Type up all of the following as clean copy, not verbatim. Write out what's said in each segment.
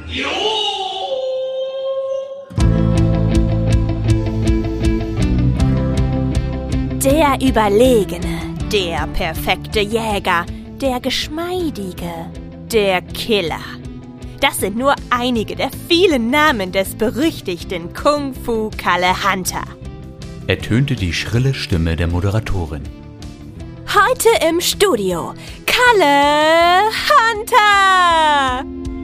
Der Überlegene, der perfekte Jäger, der Geschmeidige, der Killer. Das sind nur einige der vielen Namen des berüchtigten Kung-Fu Kalle Hunter. Ertönte die schrille Stimme der Moderatorin. Heute im Studio Kalle Hunter!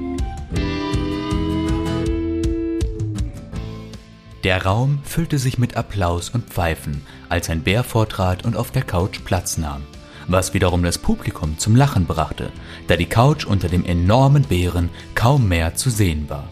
Der Raum füllte sich mit Applaus und Pfeifen, als ein Bär vortrat und auf der Couch Platz nahm, was wiederum das Publikum zum Lachen brachte, da die Couch unter dem enormen Bären kaum mehr zu sehen war.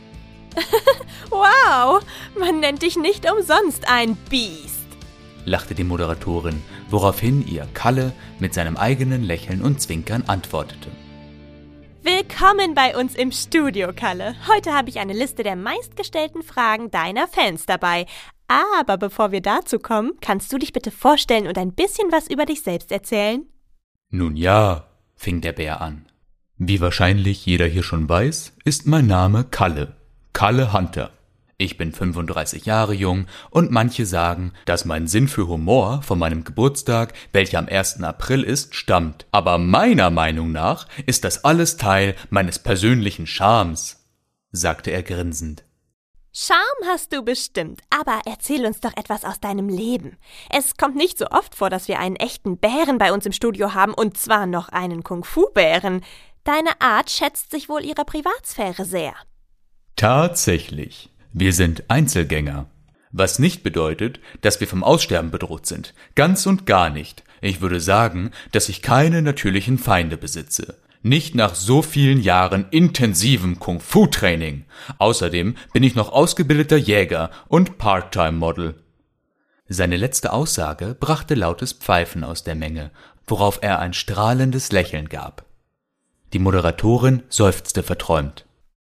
Wow, man nennt dich nicht umsonst ein Biest, lachte die Moderatorin, woraufhin ihr Kalle mit seinem eigenen Lächeln und Zwinkern antwortete. Willkommen bei uns im Studio, Kalle. Heute habe ich eine Liste der meistgestellten Fragen deiner Fans dabei. Aber bevor wir dazu kommen, kannst du dich bitte vorstellen und ein bisschen was über dich selbst erzählen? Nun ja, fing der Bär an. Wie wahrscheinlich jeder hier schon weiß, ist mein Name Kalle Hunter. Ich bin 35 Jahre jung und manche sagen, dass mein Sinn für Humor von meinem Geburtstag, welcher am 1. April ist, stammt. Aber meiner Meinung nach ist das alles Teil meines persönlichen Charmes, sagte er grinsend. Charme hast du bestimmt, aber erzähl uns doch etwas aus deinem Leben. Es kommt nicht so oft vor, dass wir einen echten Bären bei uns im Studio haben, und zwar noch einen Kung-Fu-Bären. Deine Art schätzt sich wohl ihrer Privatsphäre sehr. Tatsächlich. Wir sind Einzelgänger. Was nicht bedeutet, dass wir vom Aussterben bedroht sind. Ganz und gar nicht. Ich würde sagen, dass ich keine natürlichen Feinde besitze. Nicht nach so vielen Jahren intensivem Kung-Fu-Training. Außerdem bin ich noch ausgebildeter Jäger und Part-Time-Model. Seine letzte Aussage brachte lautes Pfeifen aus der Menge, worauf er ein strahlendes Lächeln gab. Die Moderatorin seufzte verträumt.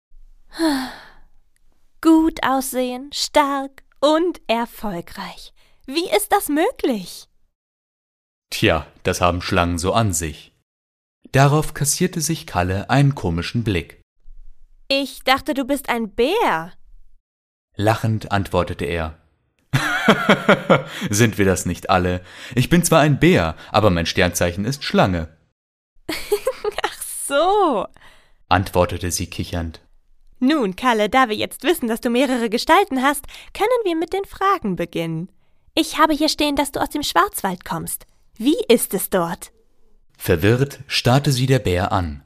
Gut aussehen, stark und erfolgreich. Wie ist das möglich? Tja, das haben Schlangen so an sich. Darauf kassierte sich Kalle einen komischen Blick. Ich dachte, du bist ein Bär. Lachend antwortete er. Sind wir das nicht alle? Ich bin zwar ein Bär, aber mein Sternzeichen ist Schlange. Ach so, antwortete sie kichernd. Nun, Kalle, da wir jetzt wissen, dass du mehrere Gestalten hast, können wir mit den Fragen beginnen. Ich habe hier stehen, dass du aus dem Schwarzwald kommst. Wie ist es dort? Verwirrt starrte sie der Bär an.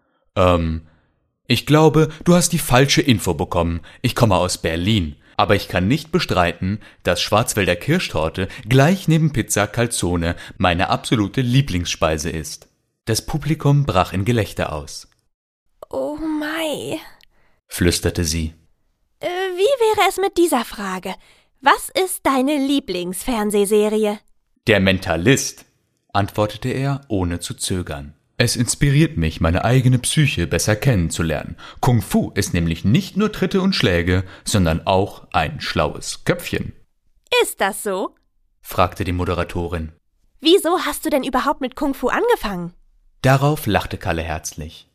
Ich glaube, du hast die falsche Info bekommen. Ich komme aus Berlin. Aber ich kann nicht bestreiten, dass Schwarzwälder Kirschtorte gleich neben Pizza Calzone meine absolute Lieblingsspeise ist. Das Publikum brach in Gelächter aus. Oh mei, flüsterte sie. Wie wäre es mit dieser Frage? Was ist deine Lieblingsfernsehserie? Der Mentalist, antwortete er, ohne zu zögern. Es inspiriert mich, meine eigene Psyche besser kennenzulernen. Kung Fu ist nämlich nicht nur Tritte und Schläge, sondern auch ein schlaues Köpfchen. Ist das so? fragte die Moderatorin. Wieso hast du denn überhaupt mit Kung Fu angefangen? Darauf lachte Kalle herzlich.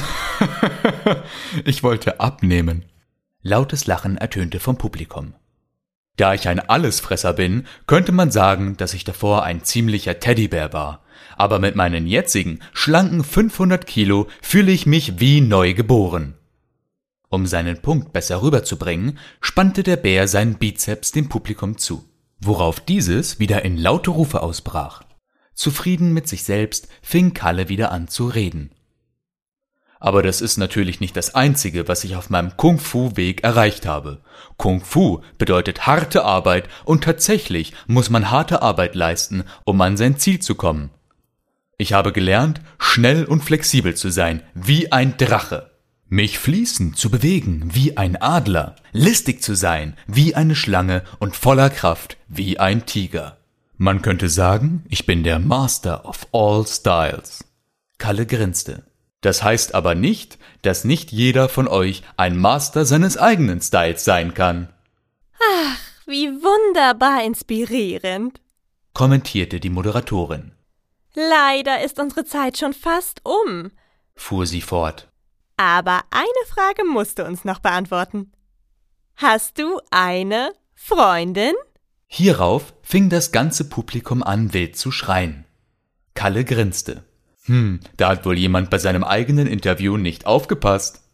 Ich wollte abnehmen. Lautes Lachen ertönte vom Publikum. Da ich ein Allesfresser bin, könnte man sagen, dass ich davor ein ziemlicher Teddybär war. Aber mit meinen jetzigen, schlanken 500 Kilo fühle ich mich wie neu geboren. Um seinen Punkt besser rüberzubringen, spannte der Bär seinen Bizeps dem Publikum zu, worauf dieses wieder in laute Rufe ausbrach. Zufrieden mit sich selbst fing Kalle wieder an zu reden. Aber das ist natürlich nicht das Einzige, was ich auf meinem Kung-Fu-Weg erreicht habe. Kung-Fu bedeutet harte Arbeit und tatsächlich muss man harte Arbeit leisten, um an sein Ziel zu kommen. Ich habe gelernt, schnell und flexibel zu sein, wie ein Drache. Mich fließend zu bewegen, wie ein Adler. Listig zu sein, wie eine Schlange und voller Kraft, wie ein Tiger. Man könnte sagen, ich bin der Master of all Styles. Kalle grinste. Das heißt aber nicht, dass nicht jeder von euch ein Master seines eigenen Styles sein kann. Ach, wie wunderbar inspirierend, kommentierte die Moderatorin. Leider ist unsere Zeit schon fast um, fuhr sie fort. Aber eine Frage musst du uns noch beantworten. Hast du eine Freundin? Hierauf fing das ganze Publikum an, wild zu schreien. Kalle grinste. Da hat wohl jemand bei seinem eigenen Interview nicht aufgepasst.